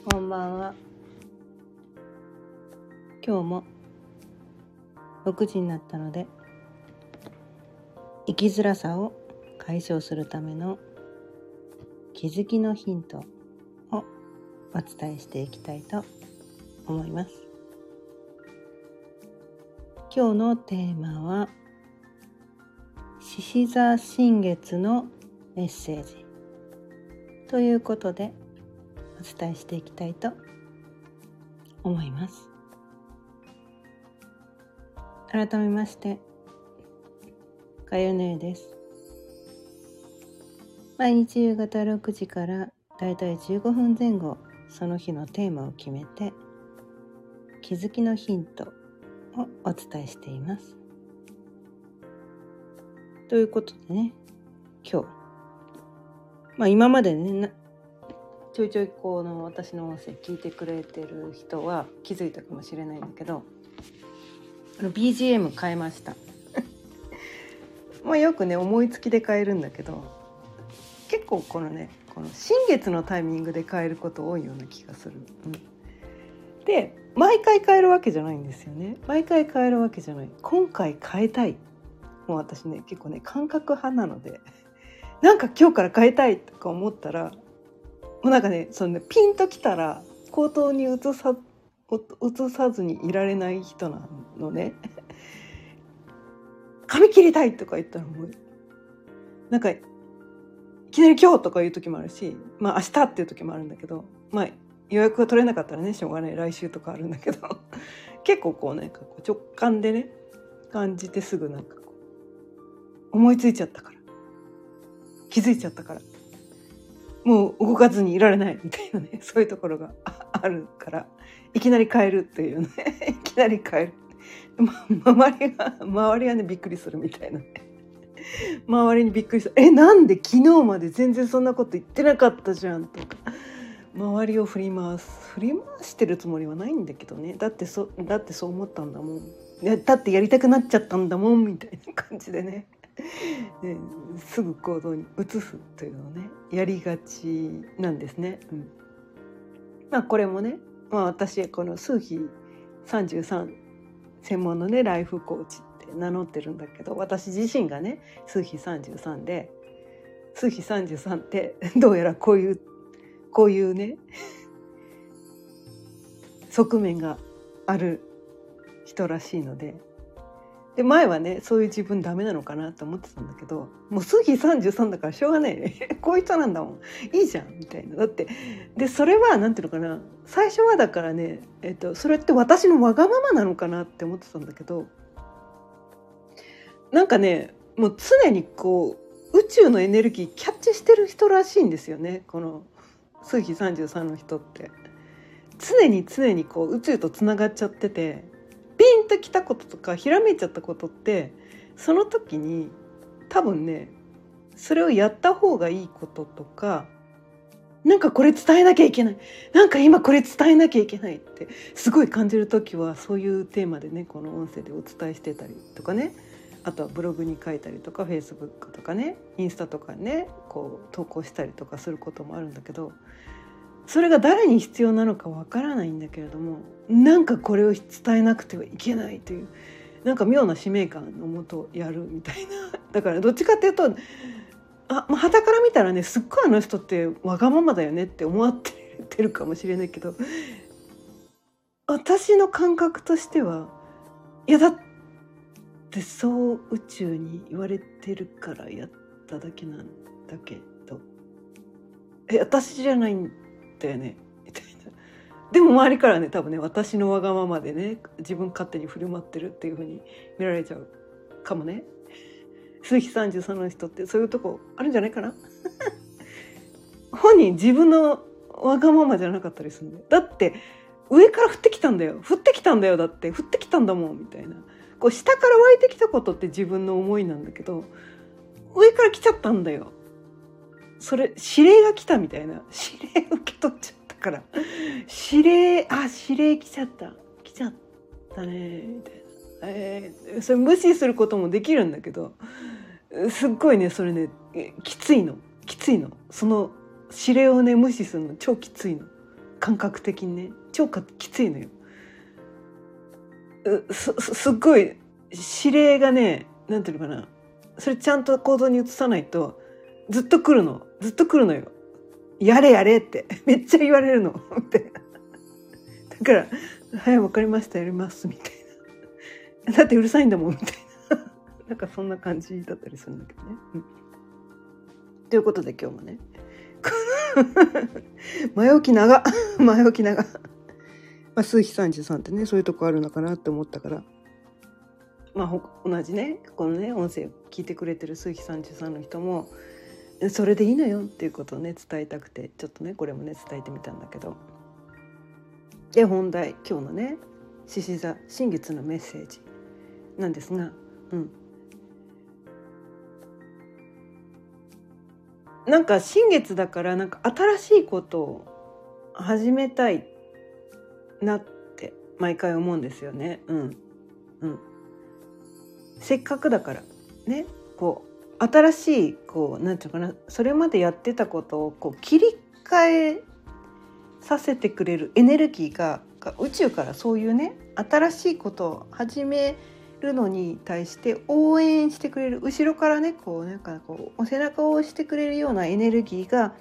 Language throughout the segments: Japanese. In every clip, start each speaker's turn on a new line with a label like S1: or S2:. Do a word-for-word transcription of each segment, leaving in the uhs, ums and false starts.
S1: こんばんは。今日もろくじになったので、生きづらさを解消するための気づきのヒントをお伝えしていきたいと思います。今日のテーマは獅子座新月のメッセージということでお伝えしていきたいと思います。改めましてかよねです。毎日夕方ろくじからだいたいじゅうごふんぜん後、その日のテーマを決めて気づきのヒントをお伝えしています。ということでね、今日まあ今までねちょいちょいこの私の音声聞いてくれてる人は気づいたかもしれないんだけど、あの ビージーエム 変えましたまあよくね思いつきで変えるんだけど、結構このねこの新月のタイミングで変えること多いような気がする、うん、で毎回変えるわけじゃないんですよね。毎回変えるわけじゃない。今回変えたい。もう私ね結構ね感覚派なのでなんか今日から変えたいとか思ったらもうなんかね、そのねピンときたら口頭に移さ移さずにいられない人なのね髪切りたいとか言ったらもうなんかいきなり今日とかいう時もあるし、まあ明日っていう時もあるんだけど、まあ予約が取れなかったらねしょうがない、来週とかあるんだけど結構こうね直感でね感じてすぐなんかこう思いついちゃったから気づいちゃったからもう動かずにいられないみたいなね、そういうところがあるからいきなり変えるっていうねいきなり変える、ま、周りが周りはねびっくりするみたいなね周りにびっくりする、えなんで昨日まで全然そんなこと言ってなかったじゃんとか周りを振り回す振り回してるつもりはないんだけどね、だってそだってそう思ったんだもん、だってやりたくなっちゃったんだもんみたいな感じでねね、すぐ行動に移すというのをねやりがちなんですね、うん、まあこれもね、まあ、私この数比さんじゅうさん専門のねライフコーチって名乗ってるんだけど、私自身がね数比さんじゅうさんで、数比さんじゅうさんってどうやらこういうこういうね側面がある人らしいので、で前はねそういう自分ダメなのかなと思ってたんだけど、もう数比さんじゅうさんだからしょうがないねこういう人なんだもんいいじゃんみたいな。だってでそれはなんていうのかな、最初はだからね、えっと、それって私のわがままなのかなって思ってたんだけど、なんかねもう常にこう宇宙のエネルギーキャッチしてる人らしいんですよね、この数比さんじゅうさんの人って。常に常にこう宇宙とつながっちゃってて、ピンときたこととかひらめいちゃったことってその時に多分ねそれをやった方がいいこととか、なんかこれ伝えなきゃいけない、なんか今これ伝えなきゃいけないってすごい感じる時はそういうテーマでねこの音声でお伝えしてたりとかね、あとはブログに書いたりとかフェイスブックとかねインスタとかねこう投稿したりとかすることもあるんだけど、それが誰に必要なのかわからないんだけれども、なんかこれを伝えなくてはいけないというなんか妙な使命感のもとやるみたいな。だからどっちかっていうとあ、まあ、傍から見たらねすっごいあの人ってわがままだよねって思っててるかもしれないけど、私の感覚としてはいやだってそう宇宙に言われてるからやっただけなんだけど、え私じゃないんだよねみたいな。でも周りからね多分ね私のわがままでね自分勝手に振る舞ってるっていう風に見られちゃうかもね。数比さんじゅうさんの人ってそういうとこあるんじゃないかな本人自分のわがままじゃなかったりするんだよ。だって上から降ってきたんだよ降ってきたんだよだって降ってきたんだもんみたいな、こう下から湧いてきたことって自分の思いなんだけど、上から来ちゃったんだよ、それ指令が来たみたいな、指令受け取っちゃったから指令あ指令来ちゃった来ちゃったねみたいな、えー、それ無視することもできるんだけど、すっごいねそれねきついのきついのその指令をね無視するの超きついの。 感覚的にね超きついのよ。す, すっごい指令がね、なんていうのかな、それちゃんと行動に移さないとずっと来るのずっと来るのよ。やれやれってめっちゃ言われるのってだからはいわかりましたやりますみたいな、だってうるさいんだもんみたいななんかそんな感じだったりするんだけどね、うん、ということで今日もね前置き長前置き長まあ、数比さんじゅうさんってねそういうとこあるのかなって思ったから、まあ、同じねこのね音声を聞いてくれてる数比さんじゅうさんの人もそれでいいのよっていうことをね伝えたくてちょっとねこれもね伝えてみたんだけど、で本題今日のね獅子座新月のメッセージなんですが、うん、なんか新月だからなんか新しいことを始めたいなって毎回思うんですよね。うんうん。せっかくだからね、こう新しいこうなんていうかな、それまでやってたことをこう切り替えさせてくれるエネルギーが宇宙からそういうね新しいことを始めるのに対して応援してくれる、後ろからねこうなんかこう背中を押してくれるようなエネルギーが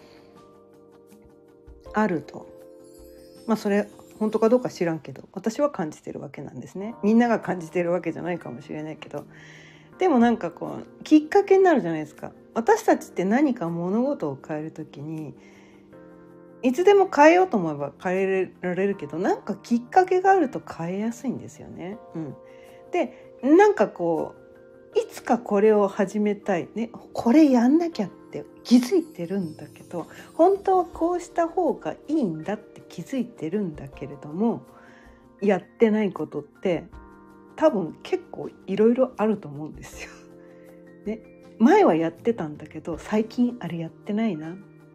S1: あると、まあそれ本当かどうか知らんけど私は感じてるわけなんですね。みんなが感じてるわけじゃないかもしれないけど、でもなんかこうきっかけになるじゃないですか。私たちって何か物事を変えるときにいつでも変えようと思えば変えられるけど、なんかきっかけがあると変えやすいんですよね。うん、でなんかこういつかこれを始めたいね、これやんなきゃって気づいてるんだけど、本当はこうした方がいいんだって気づいてるんだけれどもやってないことって多分結構いろいろあると思うんですよ、ね、前はやってたんだけど最近あれやってないなって。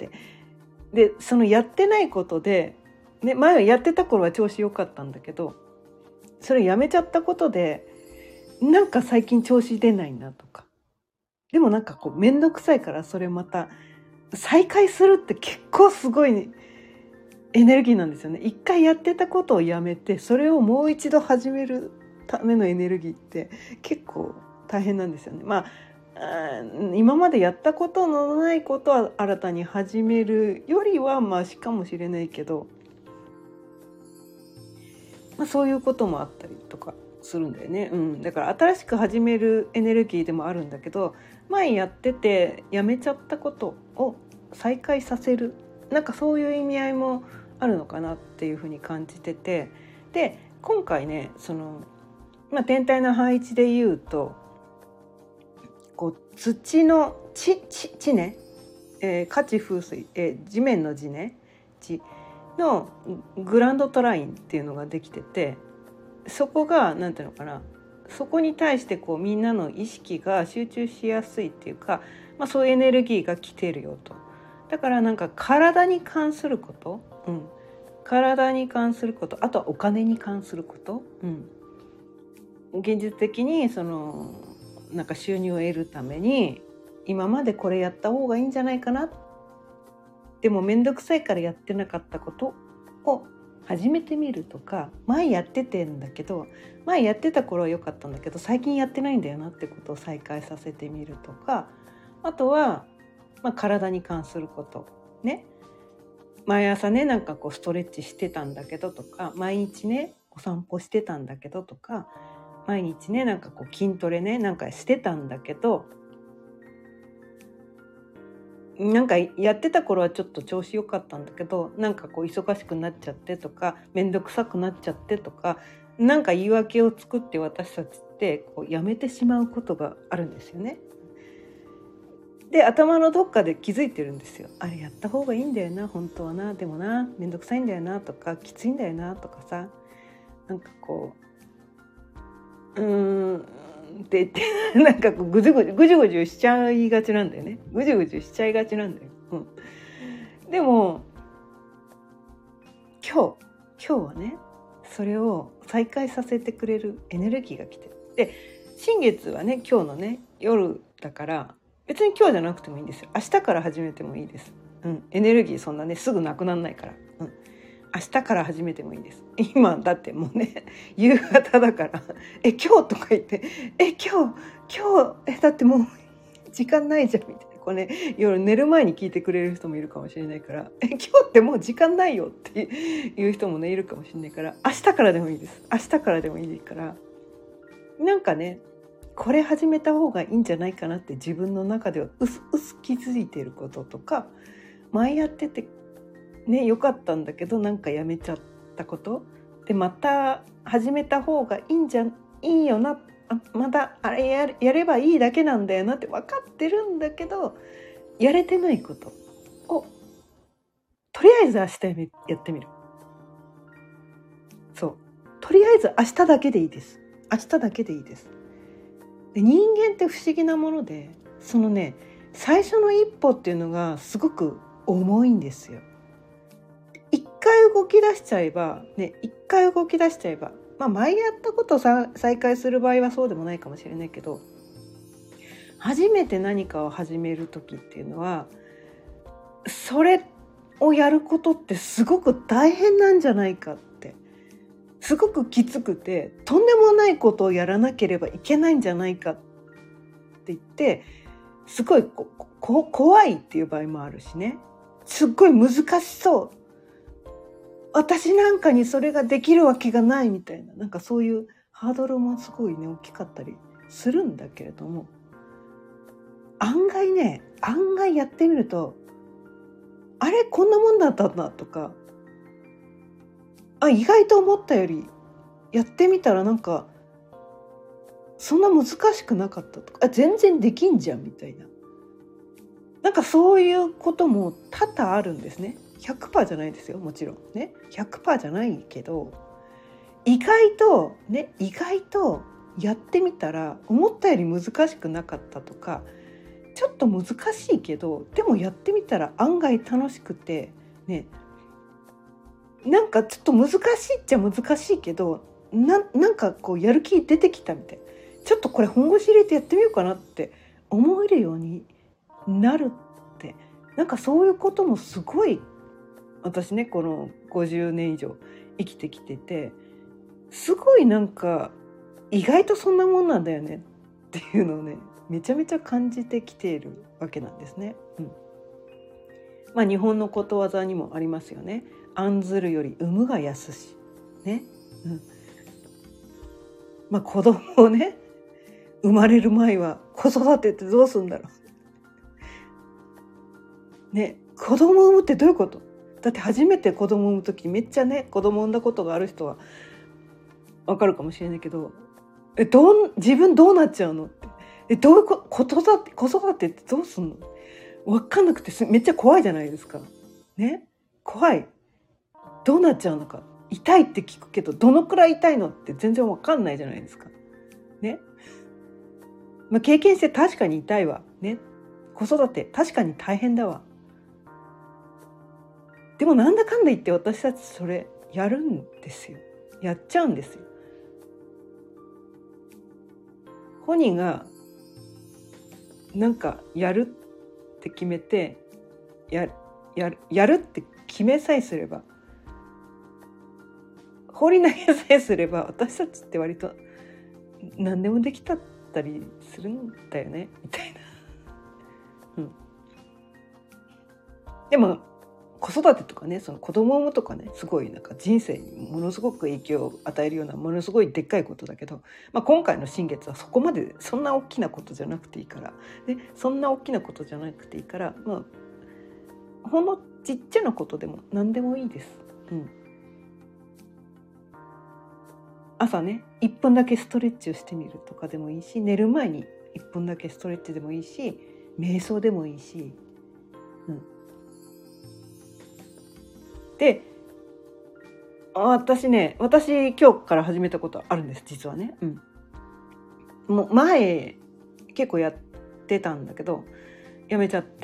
S1: でそのやってないことで、ね、前はやってた頃は調子良かったんだけどそれやめちゃったことでなんか最近調子出ないなとか、でもなんかこう面倒くさいからそれまた再開するって結構すごいエネルギーなんですよね。一回やってたことをやめてそれをもう一度始めるためのエネルギーって結構大変なんですよね。まあ今までやったことのないことは新たに始めるよりはマシかもしれないけど、まあ、そういうこともあったりとかするんだよね、うん、だから新しく始めるエネルギーでもあるんだけど、前やっててやめちゃったことを再開させる、なんかそういう意味合いもあるのかなっていうふうに感じてて、で今回ねその、まあ、天体の配置で言うとこう土の地地地ね、えー、夏地風水、えー、地面の地ね地のグランドトラインっていうのができてて、そこがなんていうのかな、そこに対してこうみんなの意識が集中しやすいっていうか、まあ、そういうエネルギーが来てるよと。だからなんか体に関すること、うん、体に関すること、あとはお金に関すること、うん、現実的にそのなんか収入を得るために今までこれやった方がいいんじゃないかな、でもめんどくさいからやってなかったことを始めてみるとか、前やっててんだけど前やってた頃は良かったんだけど最近やってないんだよなってことを再開させてみるとか、あとは、まあ、体に関することね、毎朝ねなんかこうストレッチしてたんだけどとか、毎日ねお散歩してたんだけどとか、毎日ねなんかこう筋トレねなんかしてたんだけどなんかやってた頃はちょっと調子良かったんだけどなんかこう忙しくなっちゃってとかめんどくさくなっちゃってとか、なんか言い訳を作って私たちってこうやめてしまうことがあるんですよね。で頭のどっかで気づいてるんですよ。あれやった方がいいんだよな本当はな、でもなめんどくさいんだよなとかきついんだよなとかさ、なんかこううーんって言ってなんかこうぐじゅぐじゅぐじゅぐじゅしちゃいがちなんだよね。ぐじゅぐじゅしちゃいがちなんだよ、うん、でも今日今日はねそれを再開させてくれるエネルギーが来てる。で新月はね今日のね夜だから別に今日じゃなくてもいいんですよ。明日から始めてもいいです、うん、エネルギーそんなねすぐなくならないから、うん、 明日から始めてもいいです。今だってもうね夕方だからえ今日とか言ってえ今日今日えだってもう時間ないじゃんみたいな、こうね夜寝る前に聞いてくれる人もいるかもしれないから、え今日ってもう時間ないよっていう人もねいるかもしれないから、明日からでもいいです。明日からでもいいから、なんかねこれ始めた方がいいんじゃないかなって自分の中ではうすうす気づいていることとか、前やっててね良かったんだけどなんかやめちゃったことで、また始めた方がいいんじゃいいよな、あまだあれ や, やればいいだけなんだよなって分かってるんだけどやれてないことをとりあえず明日やってみる。そうとりあえず明日だけでいいです。明日だけでいいです。で人間って不思議なもので、そのね最初の一歩っていうのがすごく重いんですよ。一回動き出しちゃえばね一回動き出しちゃえば、まあ前やったことをさ再開する場合はそうでもないかもしれないけど、初めて何かを始める時っていうのはそれをやることってすごく大変なんじゃないかって、すごくきつくてとんでもないことをやらなければいけないんじゃないかって言ってすごいここ怖いっていう場合もあるしね、すっごい難しそう、私なんかにそれができるわけがないみたいな、なんかそういうハードルもすごいね大きかったりするんだけれども、案外ね案外やってみるとあれこんなもんだったんだとか、あ意外と思ったよりやってみたらなんかそんな難しくなかったとか、あ全然できんじゃんみたいな、なんかそういうことも多々あるんですね。 ひゃくパーセント じゃないですよもちろんね ひゃくパーセント じゃないけど、意外とね意外とやってみたら思ったより難しくなかったとか、ちょっと難しいけどでもやってみたら案外楽しくてね、なんかちょっと難しいっちゃ難しいけど な, なんかこうやる気出てきたみたいな、ちょっとこれ本腰入れてやってみようかなって思えるようになるって、なんかそういうこともすごい私ねこのごじゅうねん以上生きてきてて、すごいなんか意外とそんなもんなんだよねっていうのをねめちゃめちゃ感じてきているわけなんですね。うん、まあ日本のことわざにもありますよね。案ずるより産むが安しね、うん、まあ子供をね生まれる前は子育てってどうするんだろうね、子供を産むってどういうこと？だって初めて子供を産む時めっちゃね子供を産んだことがある人はわかるかもしれないけど、えどう自分どうなっちゃうのって、えどういうこ子育て子育てってどうすんの？分かんなくてめっちゃ怖いじゃないですかね。怖い、どうなっちゃうのか、痛いって聞くけどどのくらい痛いのって全然分かんないじゃないですかね。まあ、経験して確かに痛いわね、子育て確かに大変だわ、でもなんだかんだ言って私たちそれやるんですよ、やっちゃうんですよ。本人がなんかやるって決めて や, や, やるって決めさえすれば、放り投げさえすれば私たちって割と何でもできたったりするんだよねみたいな、うん、でも子育てとかねその子供を産むとかねすごいなんか人生にものすごく影響を与えるようなものすごいでっかいことだけど、まあ、今回の新月はそこまでそんな大きなことじゃなくていいからでそんな大きなことじゃなくていいから、まあ、ほんのちっちゃなことでも何でもいいです、うん、朝ねいっぷんだけストレッチをしてみるとかでもいいし、寝る前にいっぷんだけストレッチでもいいし、瞑想でもいいし、うんで私ね私今日から始めたことあるんです実はね、うん、もう前結構やってたんだけどやめちゃって、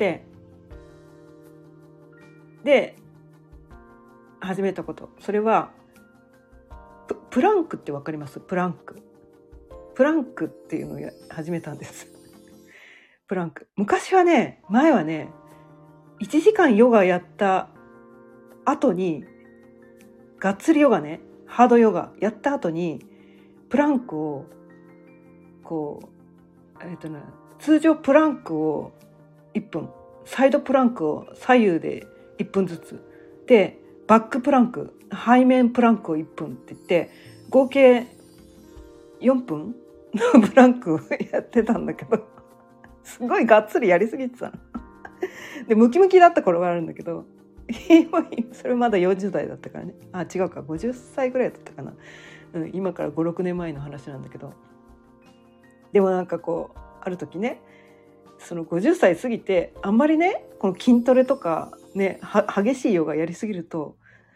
S1: で始めたこと、それは プ, プランクってわかります？プランクプランクっていうのを始めたんですプランク昔はね前はねいちじかんヨガやった後にがっつりヨガね、ハードヨガやった後にプランクをこうえっとね通常プランクをいっぷん、サイドプランクを左右でいっぷんずつで、バックプランク、背面プランクをいっぷんって言って合計よんぷんのプランクをやってたんだけど、すごいがっつりやりすぎてたのでムキムキだった頃があるんだけど、それまだよんじゅう代だったからね、あ違うかごじゅっさいぐらいだったかな、うん、今からごろくねんまえの話なんだけど、でもなんかこうある時ね、そのごじゅっさい過ぎてあんまりねこの筋トレとかねは激しいヨガやりすぎると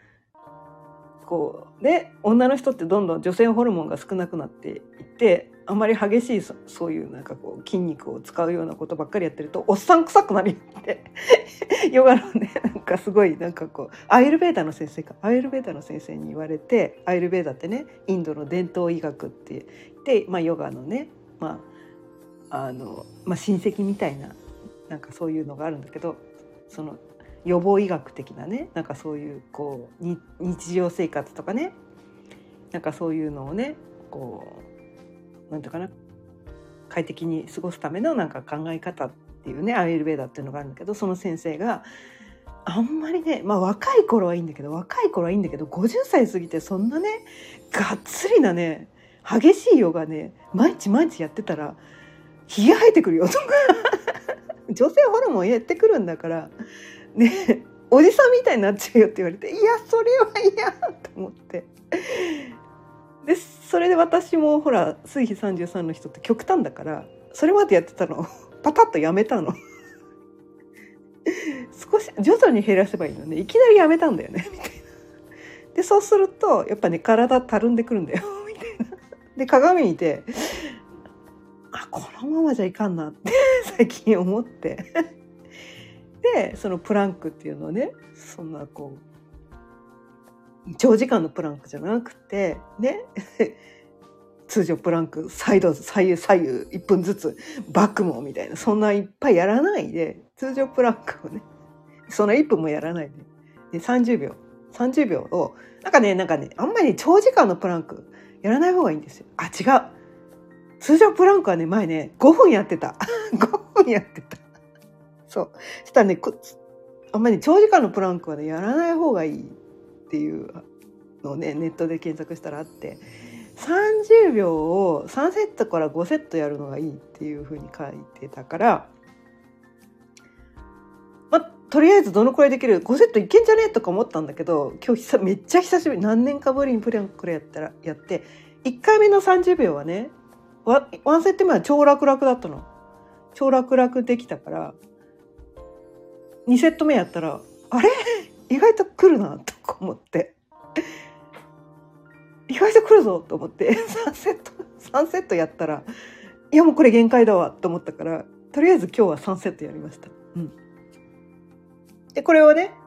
S1: こうね、女の人ってどんどん女性ホルモンが少なくなっていって、あんまり激しい そ, そういうなんかこう筋肉を使うようなことばっかりやってるとおっさん臭くなるよってヨガのねなんかすごいなんかこうアイルベーダの先生かアイルベーダの先生に言われて、アイルベーダってねインドの伝統医学って言って、まあ、ヨガのね、まああのまあ、親戚みたいななんかそういうのがあるんだけど、その予防医学的なね、なんかそういうこう日常生活とかね、なんかそういうのをねこうなんていうかな、快適に過ごすためのなんか考え方っていうねアーユルヴェーダっていうのがあるんだけど、その先生があんまりね、まあ若い頃はいいんだけど若い頃はいいんだけどごじゅっさい過ぎてそんなねがっつりなね激しいヨガね毎日毎日やってたらひげ生えてくるよとか女性ホルモンやってくるんだからね、おじさんみたいになっちゃうよって言われて、いやそれは嫌と思って、でそれで私もほら水比さんじゅうさんの人って極端だからそれまでやってたのパタッとやめたの少し徐々に減らせばいいのね、いきなりやめたんだよねみたいな。でそうするとやっぱね体たるんでくるんだよみたいな。で鏡見て、あこのままじゃいかんなって最近思ってでそのプランクっていうのをね、そんなこう長時間のプランクじゃなくてね通常プランクサイド左右左右いっぷんずつバックもみたいな、そんないっぱいやらないで通常プランクをねそんないっぷんもやらないで、でさんじゅうびょうさんじゅうびょうをなんかねなんかねあんまり長時間のプランクやらない方がいいんですよ。あ違う、通常プランクはね前ねごふんやってたごふんやってた。そうしたらねあんまり長時間のプランクはねやらない方がいいっていうのをねネットで検索したらあって、さんじゅうびょうをさんセットからごセットやるのがいいっていう風に書いてたから、まあ、とりあえずどのくらいできるごセットいけんじゃねえとか思ったんだけど、今日めっちゃ久しぶり何年かぶりにプランクやったらやっていっかいめのさんじゅうびょうはねワンセット目は超楽々だったの。超楽々できたからにセット目やったらあれ意外と来るなとか思って意外と来るぞと思ってさんセットさんセットやったらいやもうこれ限界だわと思ったから、とりあえず今日はさんセットやりました。うん、でこれをね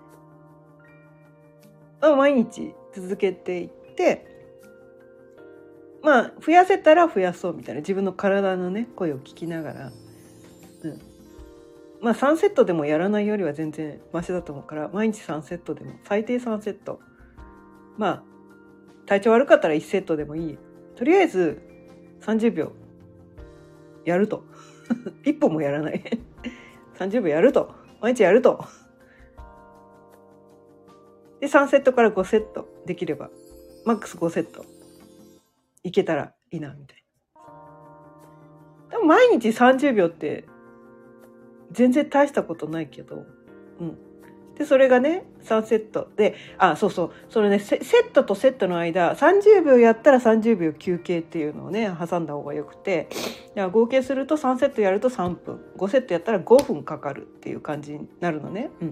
S1: 毎日続けていってまあ増やせたら増やそうみたいな自分の体のね声を聞きながら、うんまあさんセットでもやらないよりは全然マシだと思うから毎日さんセットでも最低さんセット、まあ体調悪かったらいちセットでもいい、とりあえずさんじゅうびょうやるといっぽんもやらないさんじゅうびょうやると毎日やるとでさんセットからごセットできればマックスごセットいけたらいいなみたいな。でも毎日さんじゅうびょうって全然大したことないけど、うん、でそれがねさんセットで、あそうそうそれねセットとセットの間さんじゅうびょうやったらさんじゅうびょう休憩っていうのをね挟んだ方がよくて、合計するとさんセットやるとさんぷん、ごセットやったらごふんかかるっていう感じになるのね。うん、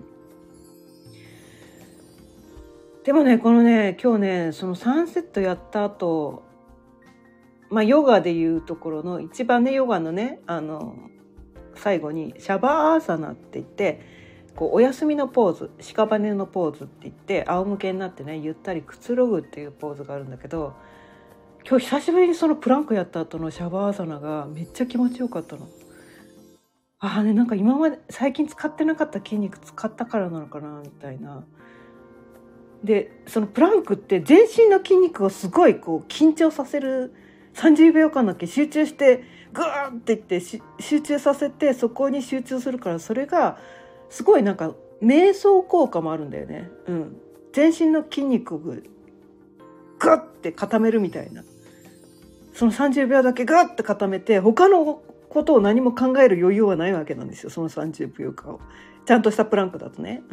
S1: でもねこのね今日ねそのさんセットやった後、まあヨガでいうところの一番ねヨガのねあの最後にシャバーサナって言ってこうお休みのポーズ、屍のポーズって言って仰向けになってねゆったりくつろぐっていうポーズがあるんだけど、今日久しぶりにそのプランクやった後のシャバーサナがめっちゃ気持ちよかったの。ああね、なんか今まで最近使ってなかった筋肉使ったからなのかなみたいな、 でそのプランクって全身の筋肉をすごいこう緊張させる、さんじゅうびょうかんだけ集中してグーっていって集中させて、そこに集中するから、それがすごいなんか瞑想効果もあるんだよね。うん、全身の筋肉をグッて固めるみたいな。そのさんじゅうびょうだけグッて固めて、他のことを何も考える余裕はないわけなんですよ、そのさんじゅうびょうかんを。ちゃんとしたプランクだとね。うん、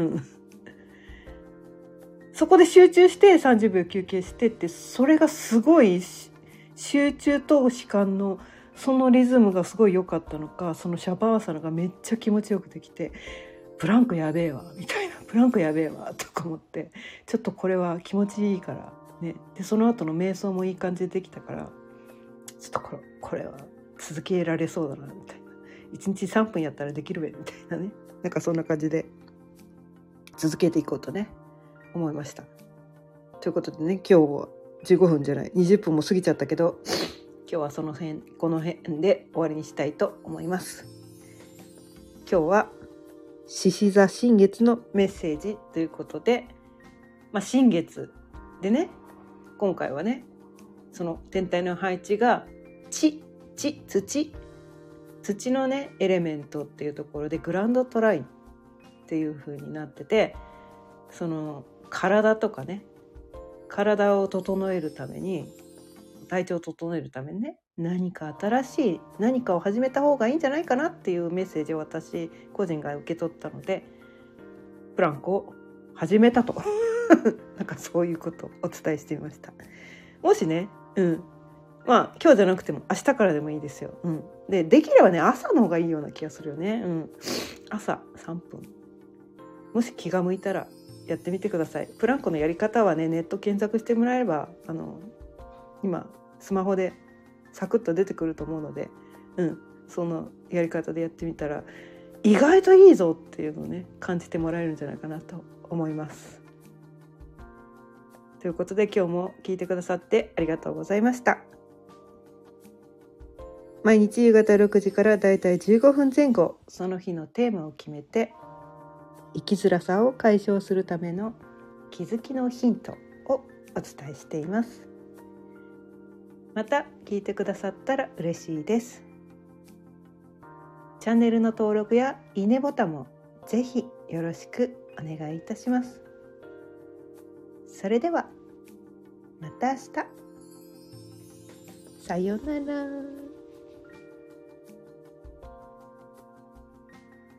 S1: そこで集中してさんじゅうびょう休憩してって、それがすごい集中と弛緩のそのリズムがすごい良かったのか、そのシャバーサナがめっちゃ気持ちよくできて、プランクやべえわみたいな、プランクやべえわとか思って、ちょっとこれは気持ちいいからね。でその後の瞑想もいい感じでできたから、ちょっとこれ、これは続けられそうだなみたいな、いちにちさんぷんやったらできるべみたいなね、なんかそんな感じで続けていこうとね思いました。ということでね、今日はじゅうごふんじゃないにじゅっぷんも過ぎちゃったけど、今日はその辺この辺で終わりにしたいと思います。今日は獅子座新月のメッセージということで、まあ、新月でね、今回はね、その天体の配置が地、地、土、土のねエレメントっていうところでグランドトラインっていう風になってて、その体とかね、体を整えるために、体調を整えるためにね、何か新しい何かを始めた方がいいんじゃないかなっていうメッセージを私個人が受け取ったので、プランクを始めたとなんかそういうことをお伝えしてみました。もしね、うん、まあ今日じゃなくても明日からでもいいですよ。うん、でできればね朝の方がいいような気がするよね。うん、朝さんぷん、もし気が向いたらやってみてください。プランクのやり方はね、ネット検索してもらえれば、あの今スマホでサクッと出てくると思うので、うん、そのやり方でやってみたら意外といいぞっていうのをね感じてもらえるんじゃないかなと思います。ということで今日も聞いてくださってありがとうございました。毎日夕方ろくじからだいたいじゅうごふんぜん後、その日のテーマを決めて生きづらさを解消するための気づきのヒントをお伝えしています。また聞いてくださったら嬉しいです。チャンネルの登録やいいねボタンもぜひよろしくお願いいたします。それではまた明日。さようなら。